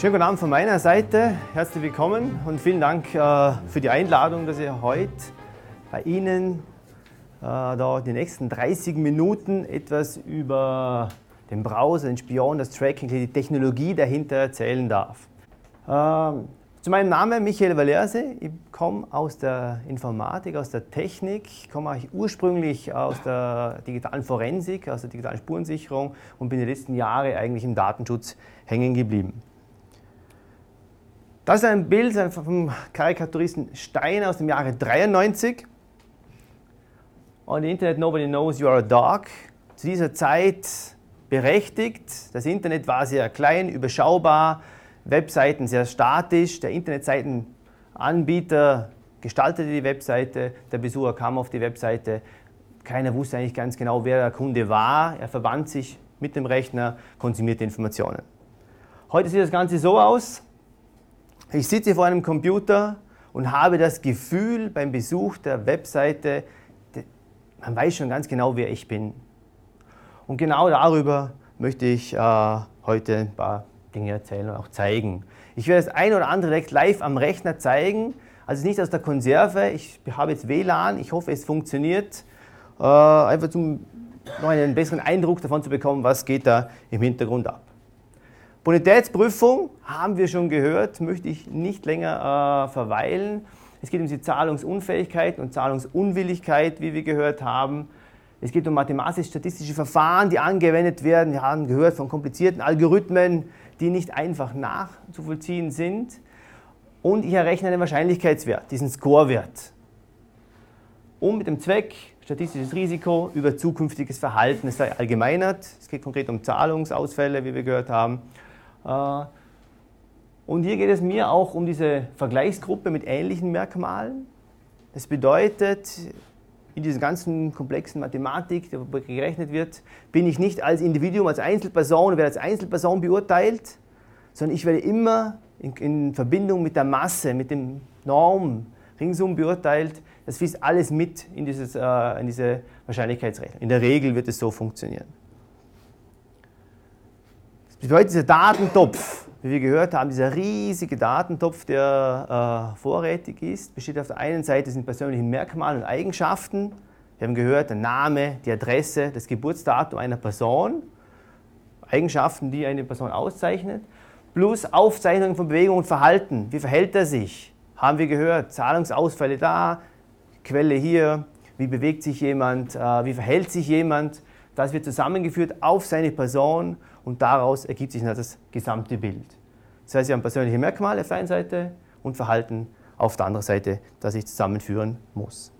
Schönen guten Abend von meiner Seite. Herzlich willkommen und vielen Dank für die Einladung, dass ich heute bei Ihnen da die nächsten 30 Minuten etwas über den Browser, den Spion, das Tracking, die Technologie dahinter erzählen darf. Zu meinem Namen Michael Valerse. Ich komme aus der Informatik, aus der Technik, komme ursprünglich aus der digitalen Forensik, aus der digitalen Spurensicherung und bin die letzten Jahre eigentlich im Datenschutz hängen geblieben. Das ist ein Bild vom Karikaturisten Steiner aus dem Jahre 93. On the Internet nobody knows you are a dog. Zu dieser Zeit berechtigt. Das Internet war sehr klein, überschaubar, Webseiten sehr statisch. Der Internetseitenanbieter gestaltete die Webseite, der Besucher kam auf die Webseite. Keiner wusste eigentlich ganz genau, wer der Kunde war. Er verband sich mit dem Rechner, konsumierte Informationen. Heute sieht das Ganze so aus. Ich sitze vor einem Computer und habe das Gefühl beim Besuch der Webseite, man weiß schon ganz genau, wer ich bin. Und genau darüber möchte ich heute ein paar Dinge erzählen und auch zeigen. Ich werde das ein oder andere direkt live am Rechner zeigen, also nicht aus der Konserve. Ich habe jetzt WLAN, ich hoffe, es funktioniert. Einfach um noch einen besseren Eindruck davon zu bekommen, was geht da im Hintergrund ab. Bonitätsprüfung, haben wir schon gehört, möchte ich nicht länger verweilen. Es geht um die Zahlungsunfähigkeit und Zahlungsunwilligkeit, wie wir gehört haben. Es geht um mathematisch-statistische Verfahren, die angewendet werden. Wir haben gehört von komplizierten Algorithmen, die nicht einfach nachzuvollziehen sind. Und ich errechne einen Wahrscheinlichkeitswert, diesen Scorewert. Und mit dem Zweck, statistisches Risiko über zukünftiges Verhalten. Es verallgemeinert. Es geht konkret um Zahlungsausfälle, wie wir gehört haben. Und hier geht es mir auch um diese Vergleichsgruppe mit ähnlichen Merkmalen. Das bedeutet, in dieser ganzen komplexen Mathematik, die gerechnet wird, bin ich nicht als Individuum, als Einzelperson, werde als Einzelperson beurteilt, sondern ich werde immer in Verbindung mit der Masse, mit dem Norm ringsum beurteilt. Das fließt alles mit in diese Wahrscheinlichkeitsrechnung. In der Regel wird es so funktionieren. Das bedeutet, dieser Datentopf, wie wir gehört haben, dieser riesige Datentopf, der vorrätig ist, besteht auf der einen Seite sind persönliche Merkmale und Eigenschaften. Wir haben gehört, der Name, die Adresse, das Geburtsdatum einer Person, Eigenschaften, die eine Person auszeichnet, plus Aufzeichnungen von Bewegung und Verhalten. Wie verhält er sich? Haben wir gehört, Zahlungsausfälle da, Quelle hier, wie bewegt sich jemand, wie verhält sich jemand. Das wird zusammengeführt auf seine Person und daraus ergibt sich dann das gesamte Bild. Das heißt, wir haben persönliche Merkmale auf der einen Seite und Verhalten auf der anderen Seite, das ich zusammenführen muss.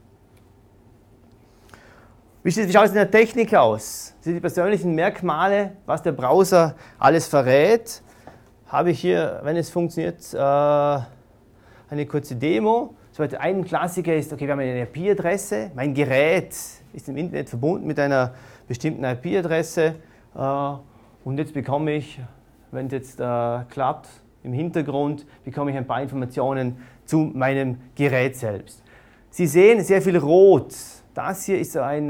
Wie schaut es in der Technik aus? Das sind die persönlichen Merkmale, was der Browser alles verrät. Habe ich hier, wenn es funktioniert, eine kurze Demo. Ein Klassiker ist, okay, wir haben eine IP-Adresse. Mein Gerät ist im Internet verbunden mit einer bestimmten IP-Adresse. Und jetzt bekomme ich, wenn es jetzt klappt, im Hintergrund bekomme ich ein paar Informationen zu meinem Gerät selbst. Sie sehen sehr viel Rot. Das hier ist so ein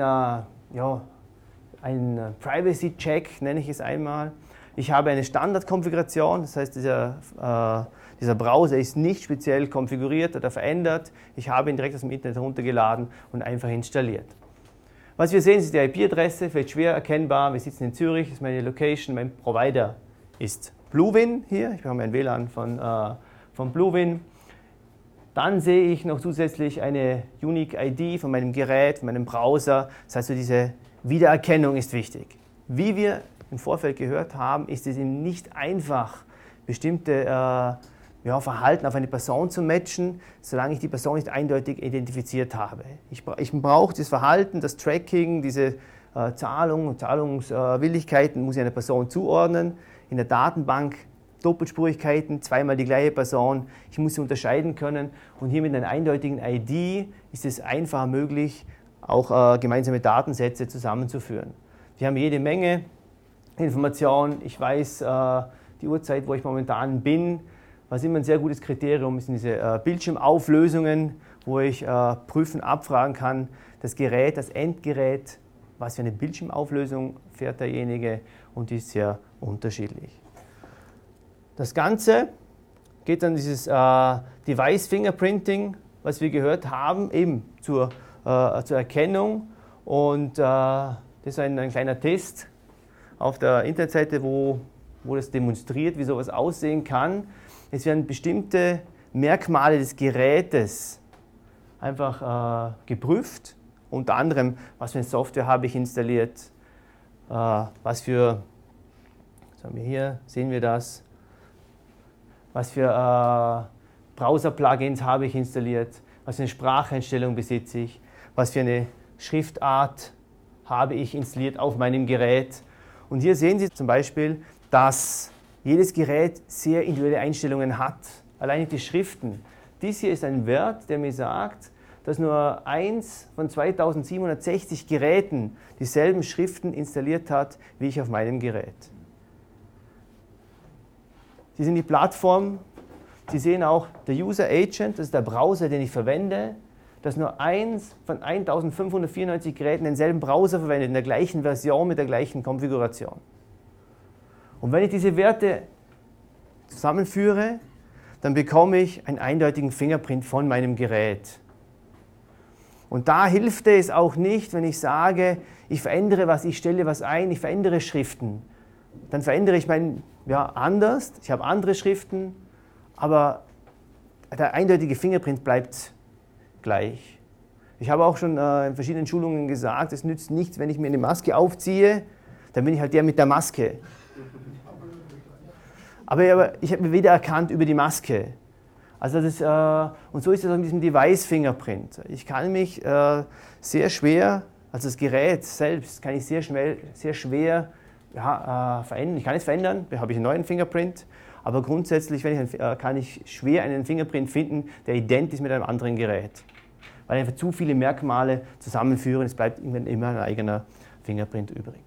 Privacy-Check, nenne ich es einmal. Ich habe eine Standardkonfiguration, das heißt, dieser Browser ist nicht speziell konfiguriert oder verändert. Ich habe ihn direkt aus dem Internet heruntergeladen und einfach installiert. Was wir sehen, ist die IP-Adresse, vielleicht schwer erkennbar. Wir sitzen in Zürich, das ist meine Location, mein Provider ist Bluewin hier. Ich habe ein WLAN von Bluewin. Dann sehe ich noch zusätzlich eine Unique ID von meinem Gerät, von meinem Browser. Das heißt, diese Wiedererkennung ist wichtig. Wie wir im Vorfeld gehört haben, ist es eben nicht einfach, bestimmte Verhalten auf eine Person zu matchen, solange ich die Person nicht eindeutig identifiziert habe. Ich brauche das Verhalten, das Tracking, diese Zahlungswilligkeiten muss ich einer Person zuordnen. In der Datenbank Doppelspurigkeiten, zweimal die gleiche Person. Ich muss sie unterscheiden können und hier mit einer eindeutigen ID ist es einfach möglich, auch gemeinsame Datensätze zusammenzuführen. Wir haben jede Menge Informationen. Ich weiß die Uhrzeit, wo ich momentan bin. Was immer ein sehr gutes Kriterium ist, sind diese Bildschirmauflösungen, wo ich prüfen, abfragen kann, das Gerät, das Endgerät, was für eine Bildschirmauflösung fährt derjenige und die ist sehr unterschiedlich. Das Ganze geht dann dieses Device Fingerprinting, was wir gehört haben, eben zur Erkennung. Und das ist ein kleiner Test auf der Internetseite, wo das demonstriert, wie sowas aussehen kann. Es werden bestimmte Merkmale des Gerätes einfach geprüft. Unter anderem, was für eine Software habe ich installiert, was für, was haben wir hier, sehen wir das, was für Browser-Plugins habe ich installiert, was für eine Spracheinstellung besitze ich, was für eine Schriftart habe ich installiert auf meinem Gerät. Und hier sehen Sie zum Beispiel, dass jedes Gerät sehr individuelle Einstellungen hat. Alleine die Schriften. Dies hier ist ein Wert, der mir sagt, dass nur eins von 2760 Geräten dieselben Schriften installiert hat, wie ich auf meinem Gerät. Sie sehen die Plattform, Sie sehen auch der User Agent, das ist der Browser, den ich verwende, dass nur eins von 1594 Geräten denselben Browser verwendet, in der gleichen Version, mit der gleichen Konfiguration. Und wenn ich diese Werte zusammenführe, dann bekomme ich einen eindeutigen Fingerprint von meinem Gerät. Und da hilft es auch nicht, wenn ich sage, ich verändere was, ich stelle was ein, ich verändere Schriften. Dann verändere ich anders, ich habe andere Schriften, aber der eindeutige Fingerprint bleibt gleich. Ich habe auch schon in verschiedenen Schulungen gesagt, es nützt nichts, wenn ich mir eine Maske aufziehe, dann bin ich halt der mit der Maske. Aber ich habe mich wiedererkannt über die Maske. Also und so ist es auch mit diesem Device-Fingerprint. Ich kann mich sehr schwer, also das Gerät selbst, kann ich sehr schwer verändern. Ich kann es verändern, da habe ich einen neuen Fingerprint, aber grundsätzlich kann ich schwer einen Fingerprint finden, der ident ist mit einem anderen Gerät. Weil einfach zu viele Merkmale zusammenführen, es bleibt irgendwann immer ein eigener Fingerprint übrig.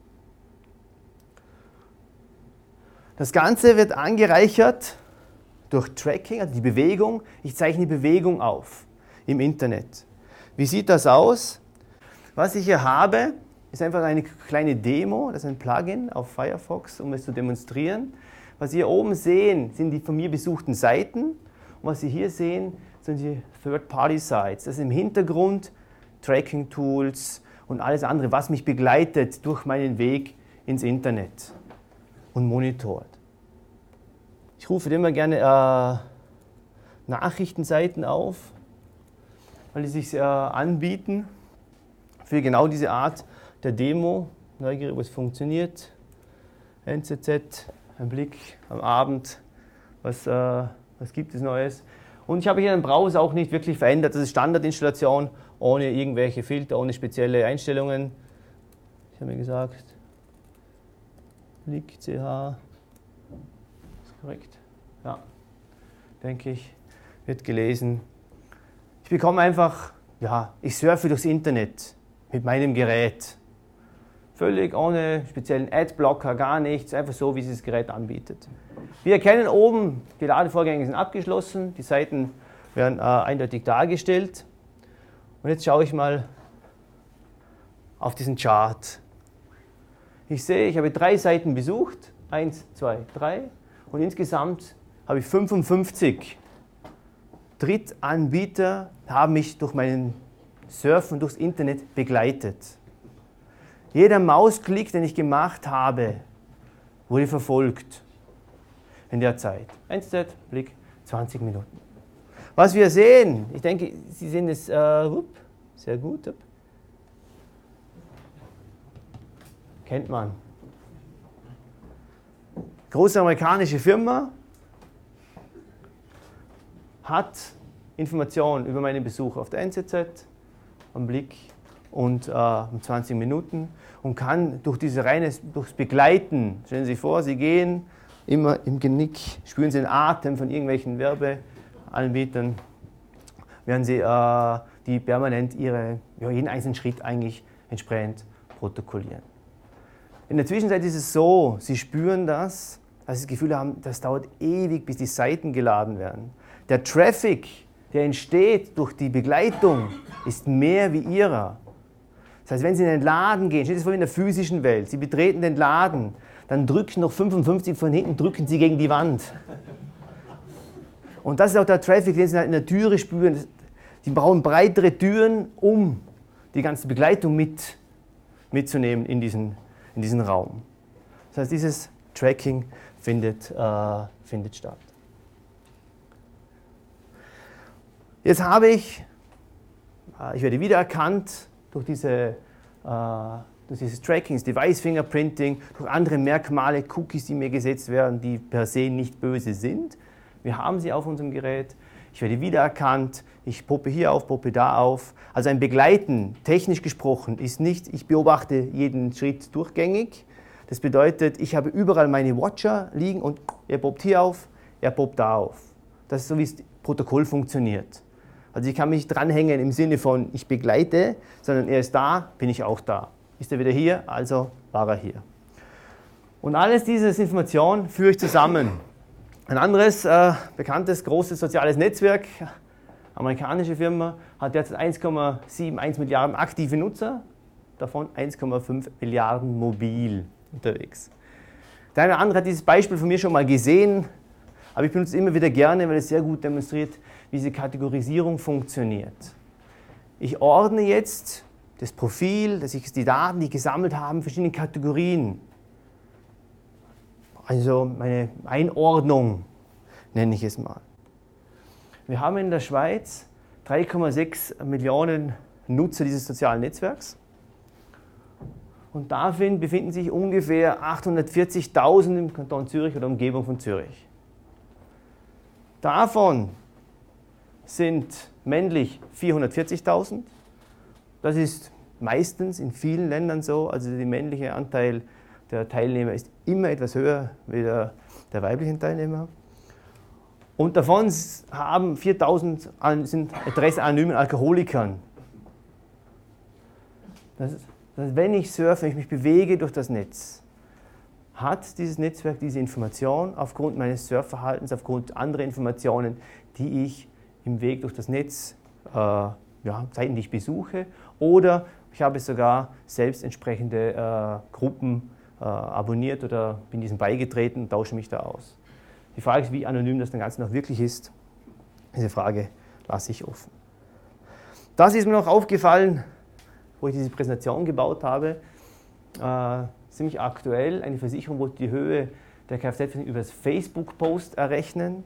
Das Ganze wird angereichert durch Tracking, also die Bewegung. Ich zeichne die Bewegung auf im Internet. Wie sieht das aus? Was ich hier habe, ist einfach eine kleine Demo, das ist ein Plugin auf Firefox, um es zu demonstrieren. Was Sie hier oben sehen, sind die von mir besuchten Seiten. Und was Sie hier sehen, sind die Third-Party-Sites. Das ist im Hintergrund Tracking-Tools und alles andere, was mich begleitet durch meinen Weg ins Internet und monitort. Ich rufe immer gerne Nachrichtenseiten auf, weil die sich anbieten für genau diese Art der Demo. Neugierig, was funktioniert. NZZ, ein Blick am Abend, was gibt es Neues. Und ich habe hier den Browser auch nicht wirklich verändert. Das ist Standardinstallation, ohne irgendwelche Filter, ohne spezielle Einstellungen. Ich habe mir gesagt, Blick, CH. Korrekt. Ja, denke ich, wird gelesen. Ich bekomme einfach, ich surfe durchs Internet mit meinem Gerät. Völlig ohne speziellen Adblocker, gar nichts, einfach so, wie es das Gerät anbietet. Wir erkennen oben, die Ladevorgänge sind abgeschlossen, die Seiten werden eindeutig dargestellt. Und jetzt schaue ich mal auf diesen Chart. Ich sehe, ich habe 3 Seiten besucht, 1, 2, 3. Und insgesamt habe ich 55 Drittanbieter, haben mich durch meinen Surfen durchs Internet begleitet. Jeder Mausklick, den ich gemacht habe, wurde verfolgt in der Zeit. NZZ, Blick, 20 Minuten. Was wir sehen, ich denke, Sie sehen es sehr gut. Kennt man. Große amerikanische Firma hat Informationen über meinen Besuch auf der NZZ, am Blick und um 20 Minuten und kann durch durchs Begleiten, stellen Sie sich vor, Sie gehen immer im Genick, spüren Sie den Atem von irgendwelchen Werbeanbietern, werden Sie die permanent jeden einzelnen Schritt eigentlich entsprechend protokollieren. In der Zwischenzeit ist es so, Sie spüren das, dass Sie das Gefühl haben, das dauert ewig, bis die Seiten geladen werden. Der Traffic, der entsteht durch die Begleitung, ist mehr wie Ihrer. Das heißt, wenn Sie in den Laden gehen, steht es vor in der physischen Welt, Sie betreten den Laden, dann drücken noch 55 von hinten, drücken sie gegen die Wand. Und das ist auch der Traffic, den sie in der Türe spüren. Die brauchen breitere Türen, um die ganze Begleitung mitzunehmen in diesen Raum. Das heißt, dieses Tracking findet statt. Jetzt habe ich werde wiedererkannt durch dieses Tracking, das Device Fingerprinting, durch andere Merkmale, Cookies, die mir gesetzt werden, die per se nicht böse sind. Wir haben sie auf unserem Gerät. Ich werde wiedererkannt, ich poppe hier auf, poppe da auf. Also ein Begleiten, technisch gesprochen, ist nicht, ich beobachte jeden Schritt durchgängig. Das bedeutet, ich habe überall meine Watcher liegen und er poppt hier auf, er poppt da auf. Das ist so, wie das Protokoll funktioniert. Also ich kann mich dranhängen im Sinne von, ich begleite, sondern er ist da, bin ich auch da. Ist er wieder hier, also war er hier. Und alles diese Informationen führe ich zusammen. Ein anderes bekanntes, großes soziales Netzwerk, amerikanische Firma, hat derzeit 1,71 Milliarden aktive Nutzer, davon 1,5 Milliarden mobil unterwegs. Der eine oder andere hat dieses Beispiel von mir schon mal gesehen, aber ich benutze es immer wieder gerne, weil es sehr gut demonstriert, wie diese Kategorisierung funktioniert. Ich ordne jetzt das Profil, die Daten, die ich gesammelt habe, in verschiedene Kategorien. Also meine Einordnung, nenne ich es mal. Wir haben in der Schweiz 3,6 Millionen Nutzer dieses sozialen Netzwerks. Und davon befinden sich ungefähr 840.000 im Kanton Zürich oder Umgebung von Zürich. Davon sind männlich 440.000. Das ist meistens in vielen Ländern so. Also der männliche Anteil der Teilnehmer ist immer etwas höher wie der weiblichen Teilnehmer. Und davon haben 4.000 sind Adresse anonymen Alkoholikern. Das ist, wenn ich surfe, wenn ich mich bewege durch das Netz, hat dieses Netzwerk diese Information aufgrund meines Surfverhaltens, aufgrund anderer Informationen, die ich im Weg durch das Netz, Seiten, die ich besuche, oder ich habe sogar selbst entsprechende Gruppen abonniert oder bin diesen beigetreten und tausche mich da aus. Die Frage ist, wie anonym das dann Ganze noch wirklich ist. Diese Frage lasse ich offen. Das ist mir noch aufgefallen, wo ich diese Präsentation gebaut habe. Ziemlich aktuell, eine Versicherung wollte die Höhe der Kfz-Versicherung über das Facebook-Post errechnen.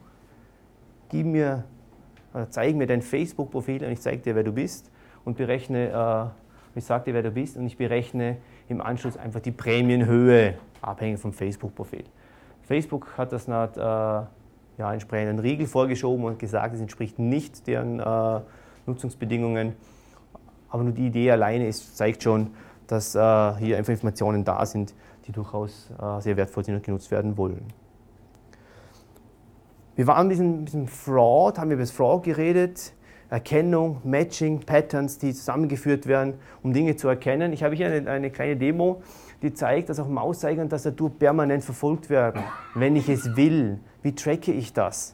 Zeig mir dein Facebook-Profil und ich zeige dir, wer du bist und berechne, ich sage dir, wer du bist und ich berechne im Anschluss einfach die Prämienhöhe, abhängig vom Facebook-Profil. Facebook hat das entsprechend einen Riegel vorgeschoben und gesagt, es entspricht nicht deren Nutzungsbedingungen. Aber nur die Idee alleine zeigt schon, dass hier einfach Informationen da sind, die durchaus sehr wertvoll sind und genutzt werden wollen. Wir waren ein bisschen Fraud, haben wir über das Fraud geredet, Erkennung, Matching, Patterns, die zusammengeführt werden, um Dinge zu erkennen. Ich habe hier eine kleine Demo, die zeigt, dass auch Mauszeiger und Tastatur permanent verfolgt werden, wenn ich es will. Wie tracke ich das?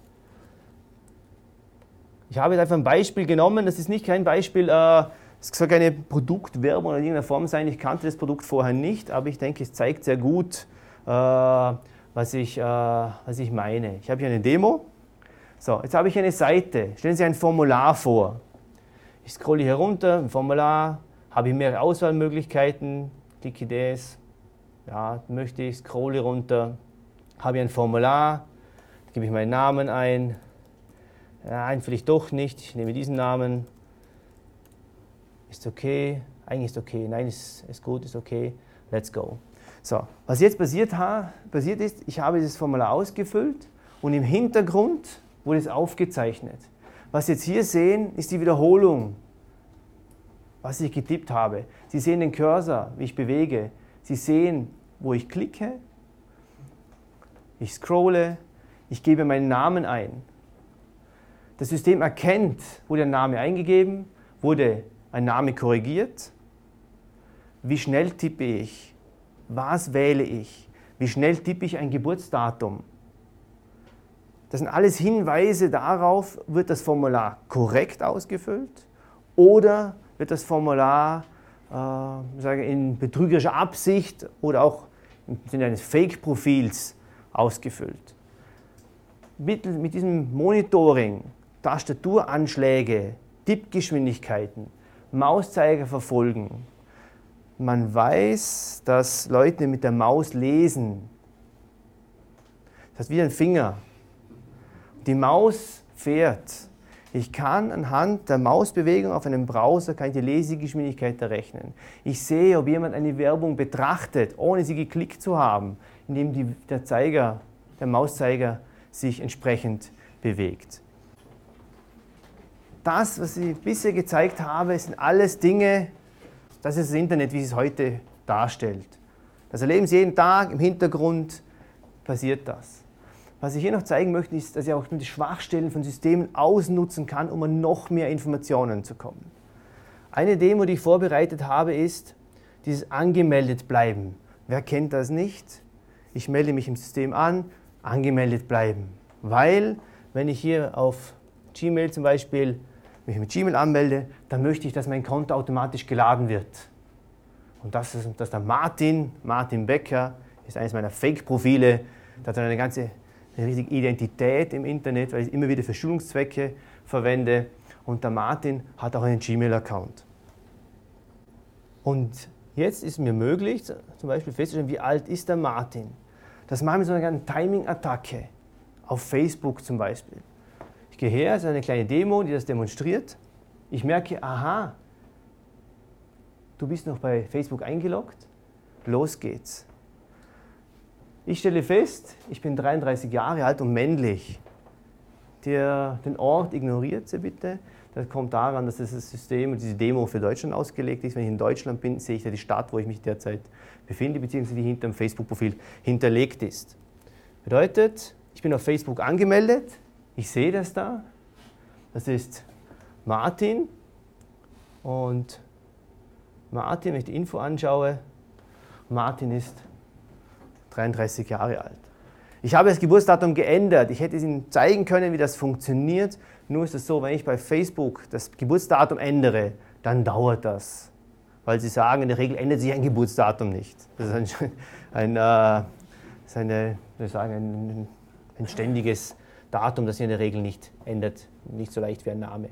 Ich habe jetzt einfach ein Beispiel genommen, das ist nicht kein Beispiel, es soll keine Produktwerbung oder in irgendeiner Form sein, ich kannte das Produkt vorher nicht, aber ich denke, es zeigt sehr gut, was ich meine. Ich habe hier eine Demo. So, jetzt habe ich eine Seite. Stellen Sie ein Formular vor. Ich scrolle hier runter, ein Formular, habe ich mehrere Auswahlmöglichkeiten, klicke das, ja, möchte ich, scrolle runter, habe ich ein Formular, gebe ich meinen Namen ein, ja, einen vielleicht doch nicht, ich nehme diesen Namen, ist okay, eigentlich ist okay, nein, ist gut, ist okay, let's go. So, was jetzt passiert ist, ich habe dieses Formular ausgefüllt und im Hintergrund wurde es aufgezeichnet. Was Sie jetzt hier sehen, ist die Wiederholung, was ich getippt habe. Sie sehen den Cursor, wie ich bewege. Sie sehen, wo ich klicke. Ich scrolle, ich gebe meinen Namen ein. Das System erkennt, wurde ein Name eingegeben, wurde ein Name korrigiert. Wie schnell tippe ich? Was wähle ich? Wie schnell tippe ich ein Geburtsdatum? Das sind alles Hinweise darauf, wird das Formular korrekt ausgefüllt oder wird das Formular in betrügerischer Absicht oder auch im Sinne eines Fake-Profils ausgefüllt. Mit diesem Monitoring, Tastaturanschläge, Tippgeschwindigkeiten, Mauszeiger verfolgen. Man weiß, dass Leute mit der Maus lesen. Das ist wie ein Finger. Die Maus fährt. Ich kann anhand der Mausbewegung auf einem Browser die Lesegeschwindigkeit errechnen. Ich sehe, ob jemand eine Werbung betrachtet, ohne sie geklickt zu haben, indem der Mauszeiger sich entsprechend bewegt. Das, was ich bisher gezeigt habe, sind alles Dinge, das ist das Internet, wie es heute darstellt. Das erleben Sie jeden Tag, im Hintergrund passiert das. Was ich hier noch zeigen möchte, ist, dass ich auch die Schwachstellen von Systemen ausnutzen kann, um an noch mehr Informationen zu kommen. Eine Demo, die ich vorbereitet habe, ist dieses Angemeldet bleiben. Wer kennt das nicht? Ich melde mich im System an, angemeldet bleiben. Weil, wenn ich hier auf Gmail zum Beispiel mich mit Gmail anmelde, dann möchte ich, dass mein Konto automatisch geladen wird. Und das ist der Martin Becker, ist eines meiner Fake-Profile. Da hat er eine richtige Identität im Internet, weil ich es immer wieder für Schulungszwecke verwende. Und der Martin hat auch einen Gmail-Account. Und jetzt ist mir möglich, zum Beispiel festzustellen, wie alt ist der Martin. Das machen wir so eine Timing-Attacke auf Facebook zum Beispiel. Ich gehe her, es ist eine kleine Demo, die das demonstriert. Ich merke, aha, du bist noch bei Facebook eingeloggt. Los geht's. Ich stelle fest, ich bin 33 Jahre alt und männlich. Den Ort ignoriert Sie bitte. Das kommt daran, dass das System und diese Demo für Deutschland ausgelegt ist. Wenn ich in Deutschland bin, sehe ich da die Stadt, wo ich mich derzeit befinde, beziehungsweise die hinter dem Facebook-Profil hinterlegt ist. Bedeutet, ich bin auf Facebook angemeldet, ich sehe das da. Das ist Martin. Und Martin, wenn ich die Info anschaue, Martin ist 33 Jahre alt. Ich habe das Geburtsdatum geändert. Ich hätte es Ihnen zeigen können, wie das funktioniert. Nur ist es so, wenn ich bei Facebook das Geburtsdatum ändere, dann dauert das. Weil Sie sagen, in der Regel ändert sich ein Geburtsdatum nicht. Das ist ein ständiges Datum, das sich in der Regel nicht ändert. Nicht so leicht wie ein Name.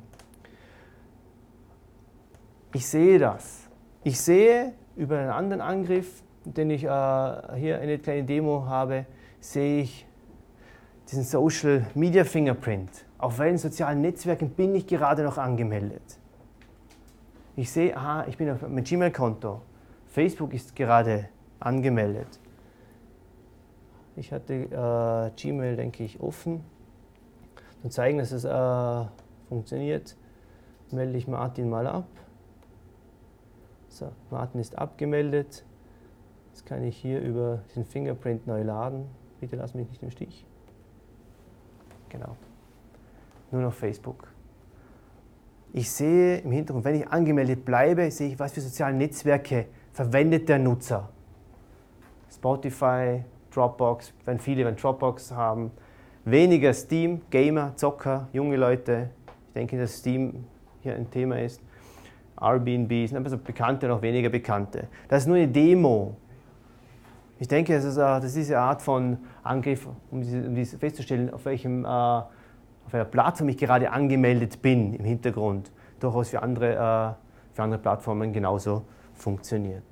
Ich sehe das. Ich sehe über einen anderen Angriff, den ich hier eine kleine Demo habe, sehe ich diesen Social Media Fingerprint. Auf welchen sozialen Netzwerken bin ich gerade noch angemeldet? Ich sehe, aha, ich bin auf meinem Gmail-Konto. Facebook ist gerade angemeldet. Ich hatte Gmail, denke ich, offen. Und zeigen, dass es funktioniert, melde ich Martin mal ab. So, Martin ist abgemeldet. Jetzt kann ich hier über diesen Fingerprint neu laden. Bitte lass mich nicht im Stich. Genau. Nur noch Facebook. Ich sehe im Hintergrund, wenn ich angemeldet bleibe, sehe ich, was für soziale Netzwerke verwendet der Nutzer. Spotify, Dropbox, wenn viele Dropbox haben. Weniger Steam, Gamer, Zocker, junge Leute. Ich denke, dass Steam hier ein Thema ist. Airbnb sind einfach so bekannte und auch weniger bekannte. Das ist nur eine Demo. Ich denke, das ist diese Art von Angriff, um dies festzustellen, auf welcher Plattform ich gerade angemeldet bin im Hintergrund, durchaus für andere Plattformen genauso funktioniert.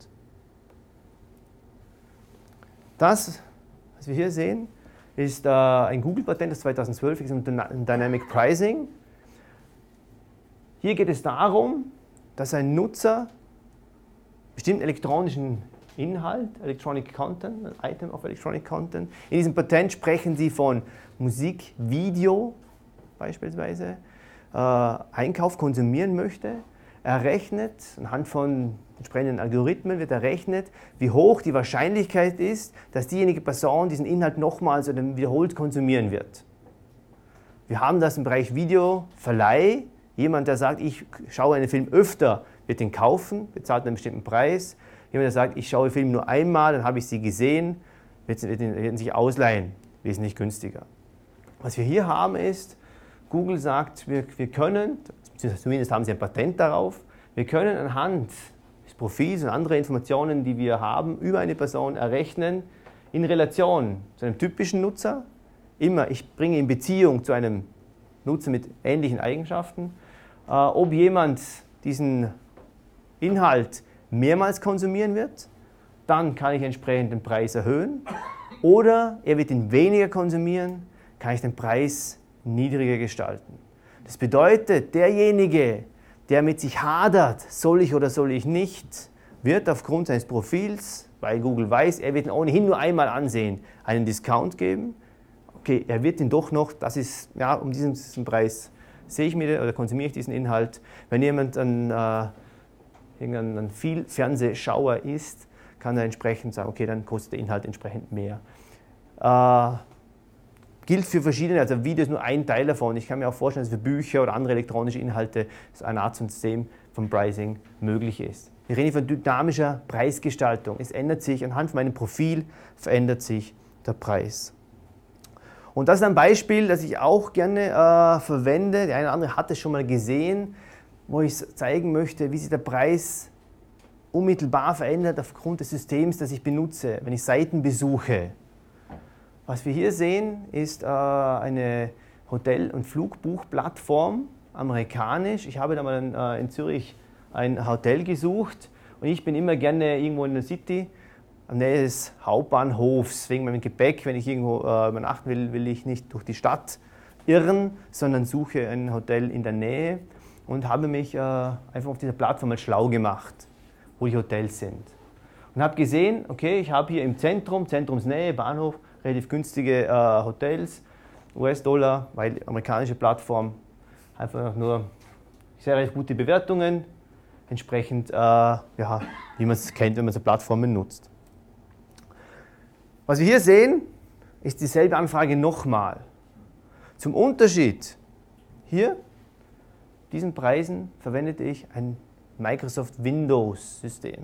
Das, was wir hier sehen, ist ein Google-Patent, das 2012 ist, um Dynamic Pricing. Hier geht es darum, dass ein Nutzer bestimmten elektronischen Inhalt, Electronic Content, ein Item of Electronic Content. In diesem Patent sprechen Sie von Musik, Video beispielsweise, Einkauf konsumieren möchte. Errechnet, anhand von entsprechenden Algorithmen wird errechnet, wie hoch die Wahrscheinlichkeit ist, dass diejenige Person diesen Inhalt nochmals oder wiederholt konsumieren wird. Wir haben das im Bereich Videoverleih. Jemand, der sagt, ich schaue einen Film öfter, wird ihn kaufen, bezahlt einen bestimmten Preis. Jemand, der sagt, ich schaue Film nur einmal, dann habe ich sie gesehen, wird ihn sich ausleihen, wesentlich günstiger. Was wir hier haben ist, Google sagt, wir können, zumindest haben sie ein Patent darauf, wir können anhand des Profils und anderer Informationen, die wir haben, über eine Person errechnen, in Relation zu einem typischen Nutzer, immer, ich bringe in Beziehung zu einem Nutzer mit ähnlichen Eigenschaften, ob jemand diesen Inhalt mehrmals konsumieren wird, dann kann ich entsprechend den Preis erhöhen, oder er wird ihn weniger konsumieren, kann ich den Preis niedriger gestalten. Das bedeutet, derjenige, der mit sich hadert, soll ich oder soll ich nicht, wird aufgrund seines Profils, weil Google weiß, er wird ihn ohnehin nur einmal ansehen, einen Discount geben. Okay, er wird ihn doch noch, das ist, ja, um diesen Preis sehe ich mir oder konsumiere ich diesen Inhalt. Wenn jemand ein viel Fernsehschauer ist, kann er entsprechend sagen, okay, dann kostet der Inhalt entsprechend mehr. Gilt für verschiedene, also Video ist nur ein Teil davon. Ich kann mir auch vorstellen, dass für Bücher oder andere elektronische Inhalte eine Art von System von Pricing möglich ist. Wir reden von dynamischer Preisgestaltung. Es ändert sich, anhand von meinem Profil verändert sich der Preis. Und das ist ein Beispiel, das ich auch gerne verwende. Der eine oder andere hat es schon mal gesehen, wo ich zeigen möchte, wie sich der Preis unmittelbar verändert aufgrund des Systems, das ich benutze, wenn ich Seiten besuche. Was wir hier sehen, ist eine Hotel- und Flugbuchplattform, amerikanisch. Ich habe da mal in Zürich ein Hotel gesucht und ich bin immer gerne irgendwo in der City, am Nähe des Hauptbahnhofs, wegen meinem Gepäck. Wenn ich irgendwo übernachten will, will ich nicht durch die Stadt irren, sondern suche ein Hotel in der Nähe und habe mich einfach auf dieser Plattform mal schlau gemacht, wo die Hotels sind. Und habe gesehen, okay, ich habe hier im Zentrum, Zentrumsnähe, Bahnhof, relativ günstige Hotels, US-Dollar, weil amerikanische Plattform einfach nur sehr recht gute Bewertungen, entsprechend, ja, wie man es kennt, wenn man so Plattformen nutzt. Was wir hier sehen, ist dieselbe Anfrage nochmal. Zum Unterschied, hier, diesen Preisen verwendete ich ein Microsoft Windows System.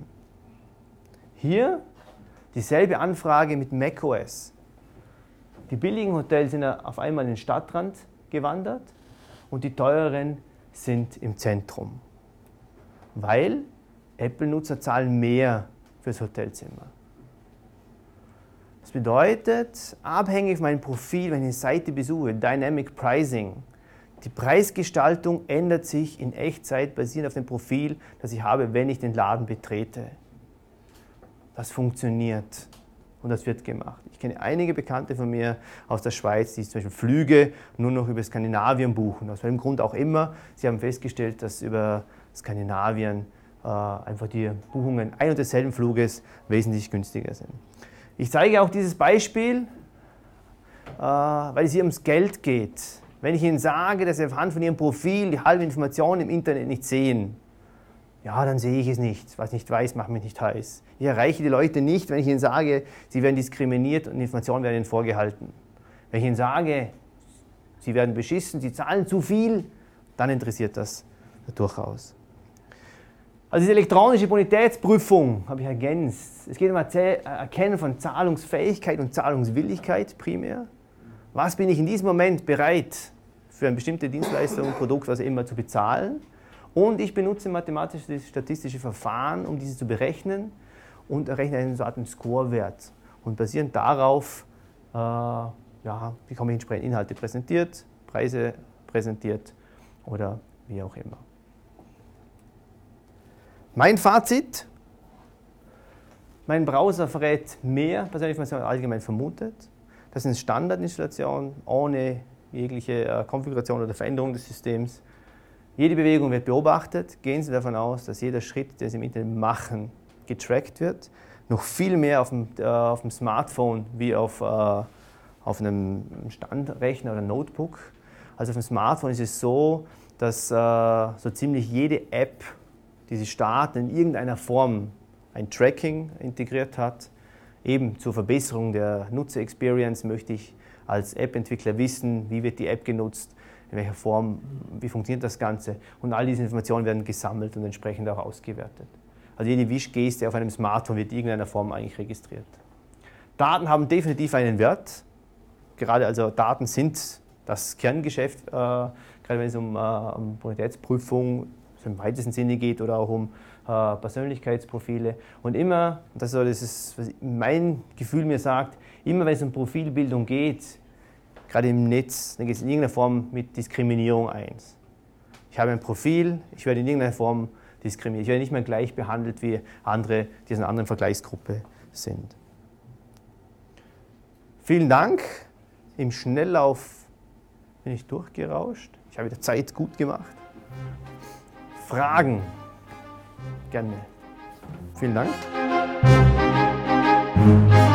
Hier dieselbe Anfrage mit macOS. Die billigen Hotels sind auf einmal in den Stadtrand gewandert und die teureren sind im Zentrum, weil Apple-Nutzer zahlen mehr fürs Hotelzimmer. Das bedeutet, abhängig von meinem Profil, wenn ich eine Seite besuche, Dynamic Pricing, die Preisgestaltung ändert sich in Echtzeit basierend auf dem Profil, das ich habe, wenn ich den Laden betrete. Das funktioniert und das wird gemacht. Ich kenne einige Bekannte von mir aus der Schweiz, die zum Beispiel Flüge nur noch über Skandinavien buchen. Aus welchem Grund auch immer. Sie haben festgestellt, dass über Skandinavien einfach die Buchungen ein und desselben Fluges wesentlich günstiger sind. Ich zeige auch dieses Beispiel, weil es hier ums Geld geht. Wenn ich Ihnen sage, dass Sie anhand von Ihrem Profil die halbe Information im Internet nicht sehen, ja, dann sehe ich es nicht. Was ich nicht weiß, macht mich nicht heiß. Ich erreiche die Leute nicht, wenn ich ihnen sage, sie werden diskriminiert und Informationen werden ihnen vorgehalten. Wenn ich ihnen sage, sie werden beschissen, sie zahlen zu viel, dann interessiert das durchaus. Also diese elektronische Bonitätsprüfung habe ich ergänzt. Es geht um Erkennen von Zahlungsfähigkeit und Zahlungswilligkeit primär. Was bin ich in diesem Moment bereit, für eine bestimmte Dienstleistung, Produkt, was immer zu bezahlen? Und ich benutze mathematische, statistische Verfahren, um diese zu berechnen und errechne einen so einen Scorewert. Und basierend darauf bekomme ich entsprechend Inhalte präsentiert, Preise präsentiert oder wie auch immer. Mein Fazit: Mein Browser verrät mehr persönliche Informationen als allgemein vermutet. Das ist eine Standardinstallation ohne jegliche Konfiguration oder Veränderung des Systems. Jede Bewegung wird beobachtet. Gehen Sie davon aus, dass jeder Schritt, den Sie im Internet machen, getrackt wird. Noch viel mehr auf dem Smartphone wie auf einem Standrechner oder Notebook. Also auf dem Smartphone ist es so, dass so ziemlich jede App, die Sie starten, in irgendeiner Form ein Tracking integriert hat. Eben zur Verbesserung der Nutzer-Experience möchte ich als App-Entwickler wissen, wie wird die App genutzt, in welcher Form, wie funktioniert das Ganze. Und all diese Informationen werden gesammelt und entsprechend auch ausgewertet. Also jede Wischgeste auf einem Smartphone wird in irgendeiner Form eigentlich registriert. Daten haben definitiv einen Wert. Gerade also Daten sind das Kerngeschäft, gerade wenn es um Bonitätsprüfung im weitesten Sinne geht oder auch um Persönlichkeitsprofile. Und immer, das ist, was mein Gefühl mir sagt, immer wenn es um Profilbildung geht, gerade im Netz, dann geht es in irgendeiner Form mit Diskriminierung ein. Ich habe ein Profil, ich werde in irgendeiner Form diskriminiert. Ich werde nicht mehr gleich behandelt wie andere, die aus einer anderen Vergleichsgruppe sind. Vielen Dank. Im Schnelllauf bin ich durchgerauscht. Ich habe die Zeit gut gemacht. Fragen? Gerne. Vielen Dank.